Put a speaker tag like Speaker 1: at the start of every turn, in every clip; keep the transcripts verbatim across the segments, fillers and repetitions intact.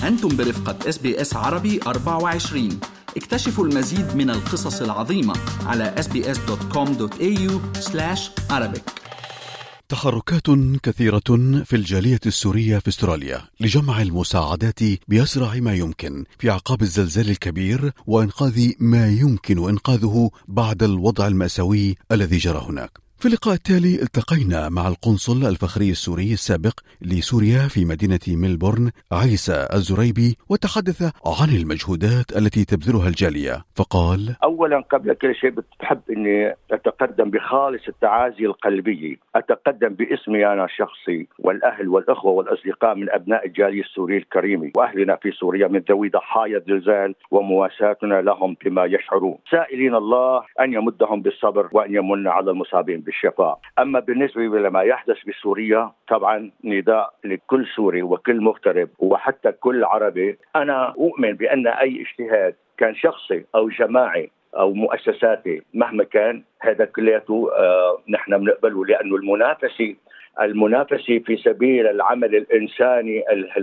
Speaker 1: أنتم برفقة إس بي إس عربي أربعة وعشرين. اكتشفوا المزيد من القصص العظيمة على إس بي إس دوت كوم دوت إيه يو سلاش عربيك.
Speaker 2: تحركات كثيرة في الجالية السورية في استراليا لجمع المساعدات بأسرع ما يمكن في أعقاب الزلزال الكبير وإنقاذ ما يمكن إنقاذه بعد الوضع المأساوي الذي جرى هناك. في اللقاء التالي التقينا مع القنصل الفخري السوري السابق لسوريا في مدينة ميلبورن عيسى الزريبي، وتحدث عن المجهودات التي تبذلها الجالية فقال:
Speaker 3: أولا قبل كل شيء بتحب أني أتقدم بخالص التعازي القلبية، أتقدم باسمي أنا الشخصي والأهل والأخوة والأصدقاء من أبناء الجالية السورية الكريمة وأهلنا في سوريا من ذوي ضحايا الزلزال ومواساتنا لهم بما يشعرون، سائلين الله أن يمدهم بالصبر وأن يمن على المصابين بالشفاء. أما بالنسبة لما يحدث بسوريا طبعا نداء لكل سوري وكل مغترب وحتى كل عربي. أنا أؤمن بأن أي اجتهاد كان شخصي أو جماعي أو مؤسساتي مهما كان هذا كلياته آه نحن بنقبله، لأنه المنافسة المنافسة في سبيل العمل الإنساني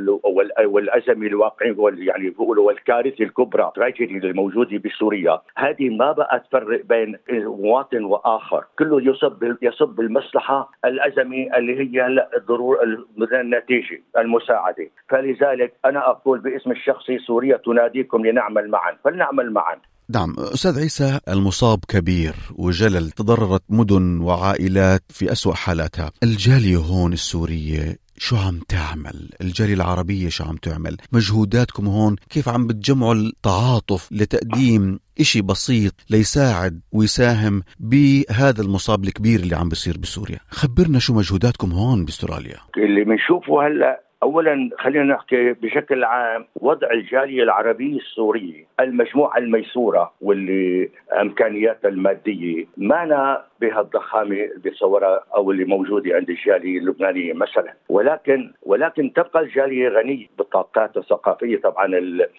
Speaker 3: والأزمة الواقعي يعني بيقولوا والكارثة الكبرى تراجيدي الموجودة بسوريا، هذه ما بقى تفرق بين مواطن وآخر، كله يصب يصب المصلحة الأزمة اللي هي الضرورة النتيجة المساعدة. فلذلك أنا أقول باسم الشخصي سوريا تناديكم لنعمل معا، فلنعمل معا.
Speaker 2: نعم أستاذ عيسى، المصاب كبير وجلل، تضررت مدن وعائلات في أسوأ حالاتها. الجالية هون السورية شو عم تعمل؟ الجالية العربية شو عم تعمل؟ مجهوداتكم هون كيف عم بتجمعوا التعاطف لتقديم إشي بسيط ليساعد ويساهم بهذا المصاب الكبير اللي عم بيصير بسوريا؟ خبرنا شو مجهوداتكم هون باستراليا.
Speaker 3: اللي بنشوفه هلا أولا خلينا نحكي بشكل عام وضع الجالية العربية السورية المجموعة الميسورة واللي إمكانياتها المادية معنا بهالضخامة بصورة أو اللي موجودة عند الجالية اللبنانية مثلا، ولكن ولكن تبقى الجالية غنية بالطاقات الثقافية طبعا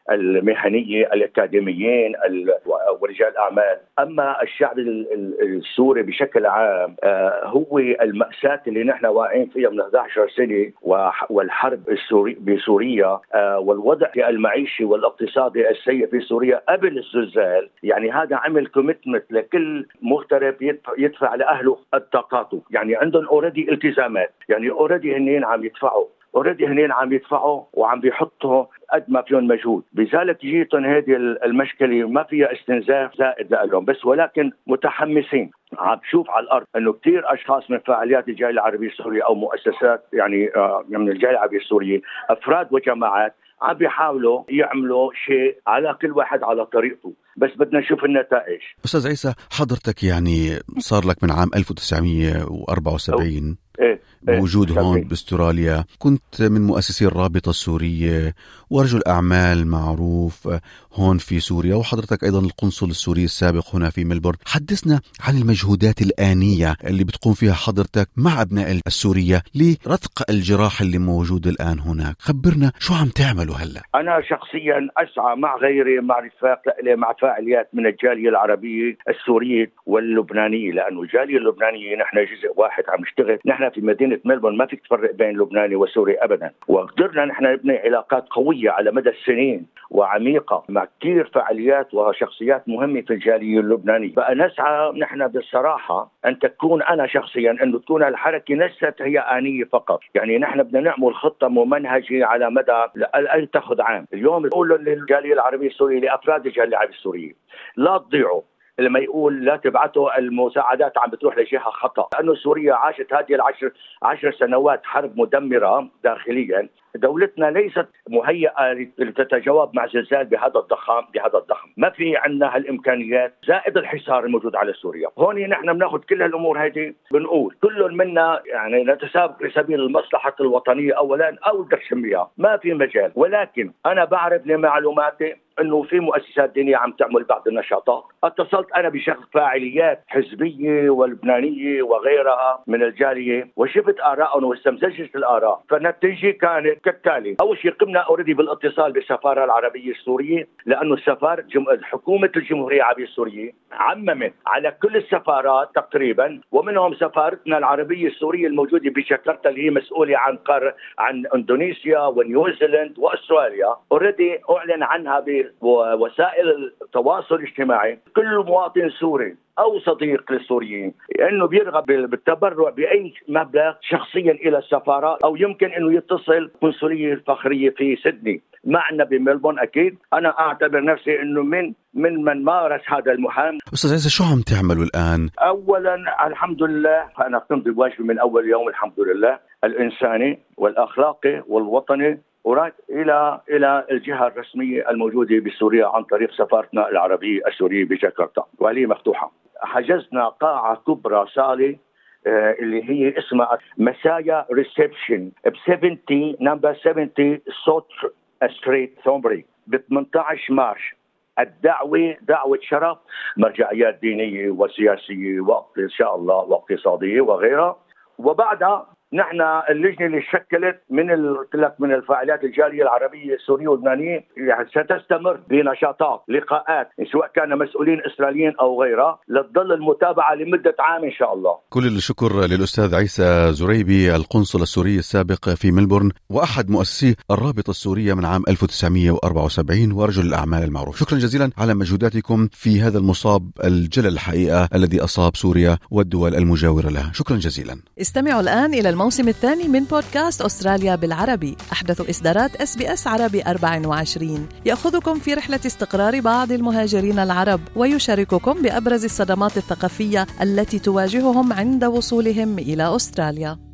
Speaker 3: المهنية الأكاديميين ورجال الأعمال. أما الشعب السوري بشكل عام هو المأساة اللي نحن واقعين فيها من أحد عشر سنة والحرب السوري بسوريا والوضع المعيشي والاقتصادي السيء في سوريا قبل الزلزال. يعني هذا عمل كوميتمنت لكل مغترب يدفع لأهله الطاقاته، يعني عندهم اوريدي التزامات، يعني اوريدي هنين عم يدفعوا اوريدي هنين عم يدفعوا وعم بيحطوا قد ما فيهم مجهود. بذلك جيتهم هذه المشكلة ما فيها استنزاف زائد لهم بس، ولكن متحمسين. عم بشوف على الأرض أنه كتير أشخاص من فعاليات الجالية العربية السورية أو مؤسسات يعني آه من الجالية العربية السورية أفراد وجماعات عم بيحاولوا يعملوا شيء على كل واحد على طريقته، بس بدنا نشوف النتائج.
Speaker 2: أستاذ عيسى، حضرتك يعني صار لك من عام ألف وتسعمية وأربعة وسبعين
Speaker 3: إيه
Speaker 2: موجود
Speaker 3: إيه
Speaker 2: هون باستراليا، كنت من مؤسسي الرابطة السورية ورجل أعمال معروف هون في سوريا، وحضرتك أيضا القنصل السوري السابق هنا في ملبورن. حدثنا عن المجهودات الآنية اللي بتقوم فيها حضرتك مع أبناء السورية لرتق الجراح اللي موجود الآن هناك. خبرنا شو عم تعملوا هلأ.
Speaker 3: أنا شخصيا أسعى مع غيري مع رفاق مع فاعليات من الجالية العربية السورية واللبنانية، لأنه الجالية اللبنانية نحن جزء واحد عم نشتغل. نحن في مدينة ملبورن ما فيك تفرق بين لبناني وسوري أبدا، وقدرنا نحن نبني علاقات قوية على مدى السنين وعميقة مع كثير فعاليات وشخصيات مهمة في الجالية اللبنانية. بقى نسعى نحن بالصراحة أن تكون أنا شخصيا أن تكون الحركة ليست هي آنية فقط، يعني نحن بدنا نعمل خطة ممنهجة على مدى لا تأخذ عام. اليوم نقول للجالية العربية السورية لأفراد الجالية العربية السورية لا تضيعوا، لما يقول لا تبعتوا المساعدات عم بتروح لجهة خطأ، لأنه سوريا عاشت هذه العشر عشر سنوات حرب مدمرة داخليا. دولتنا ليست مهيئة لتتجاوب مع زلزال بهذا الضخام بهذا الضخم. ما في عندنا هالإمكانيات زائد الحصار الموجود على سوريا. هون نحن بناخذ كل هالأمور هذه بنقول كل منا يعني نتسابق لسبيل المصلحة الوطنية أولا أو الدرشمية، ما في مجال. ولكن أنا بعرف لمعلوماتي أنه في مؤسسات دينية عم تعمل بعض النشاطات اتصلت أنا بشغل فاعليات حزبية ولبنانية وغيرها من الجالية وشفت آراءهم واستمزجت الآراء. فالنتيجة كانت كالتالي: أول شيء قمنا أوريدي بالاتصال بالسفارة العربية السورية، لأنه السفارة جم... حكومة الجمهورية العربية السورية عممت على كل السفارات تقريبا، ومنهم سفارتنا العربية السورية الموجودة بجاكرتا اللي هي مسؤولة عن قر عن اندونيسيا ونيوزيلند واستراليا. اوريدي اعلن عنها بوسائل التواصل الاجتماعي. كل مواطن سوري أو صديق للسوريين أنه بيرغب بالتبرع بأي مبلغ شخصيا إلى السفارة، أو يمكن أنه يتصل القنصلية الفخرية في سيدني معنا بملبون. أكيد أنا أعتبر نفسي أنه من من من مارس هذا المهام.
Speaker 2: أستاذ عيسى، شو عم تعملوا الآن؟
Speaker 3: أولا الحمد لله أنا قمت بواجبي من أول يوم الحمد لله، الإنساني والأخلاقي والوطني، ورات إلى إلى الجهة الرسمية الموجودة بسوريا عن طريق سفارتنا العربية السورية بجاكرتا، وهي مفتوحة. حجزنا قاعة كبرى صالة آه اللي هي اسمها مسايا ريسبشن ب سبعين نمبر سبعين سوت ستريت ثومبري ب ثمانية عشر مارس. الدعوة دعوة شرف، مرجعيات دينية وسياسية وإن شاء الله واقتصادية وغيرها. وبعدها نحن اللجنة اللي شكلت من قلت لك من الفاعلات الجالية العربية السورية واللبنانية يعني ستستمر بنشاطات لقاءات سواء كان مسؤولين إسرائيليين أو غيرها، لتظل المتابعة لمدة عام إن شاء الله.
Speaker 2: كل الشكر للأستاذ عيسى زريبي، القنصل السوري السابق في ملبورن وأحد مؤسسي الرابطة السورية من عام ألف وتسعمائة وأربعة وسبعين ورجل الأعمال المعروف. شكرا جزيلا على مجهوداتكم في هذا المصاب الجلل الحقيقة الذي أصاب سوريا والدول المجاورة لها. شكرا جزيلا.
Speaker 4: استمعوا الآن إلى الموسم الثاني من بودكاست أستراليا بالعربي، أحدث إصدارات إس بي إس عربي أربعة وعشرين، يأخذكم في رحلة استقرار بعض المهاجرين العرب ويشارككم بأبرز الصدمات الثقافية التي تواجههم عند وصولهم إلى أستراليا.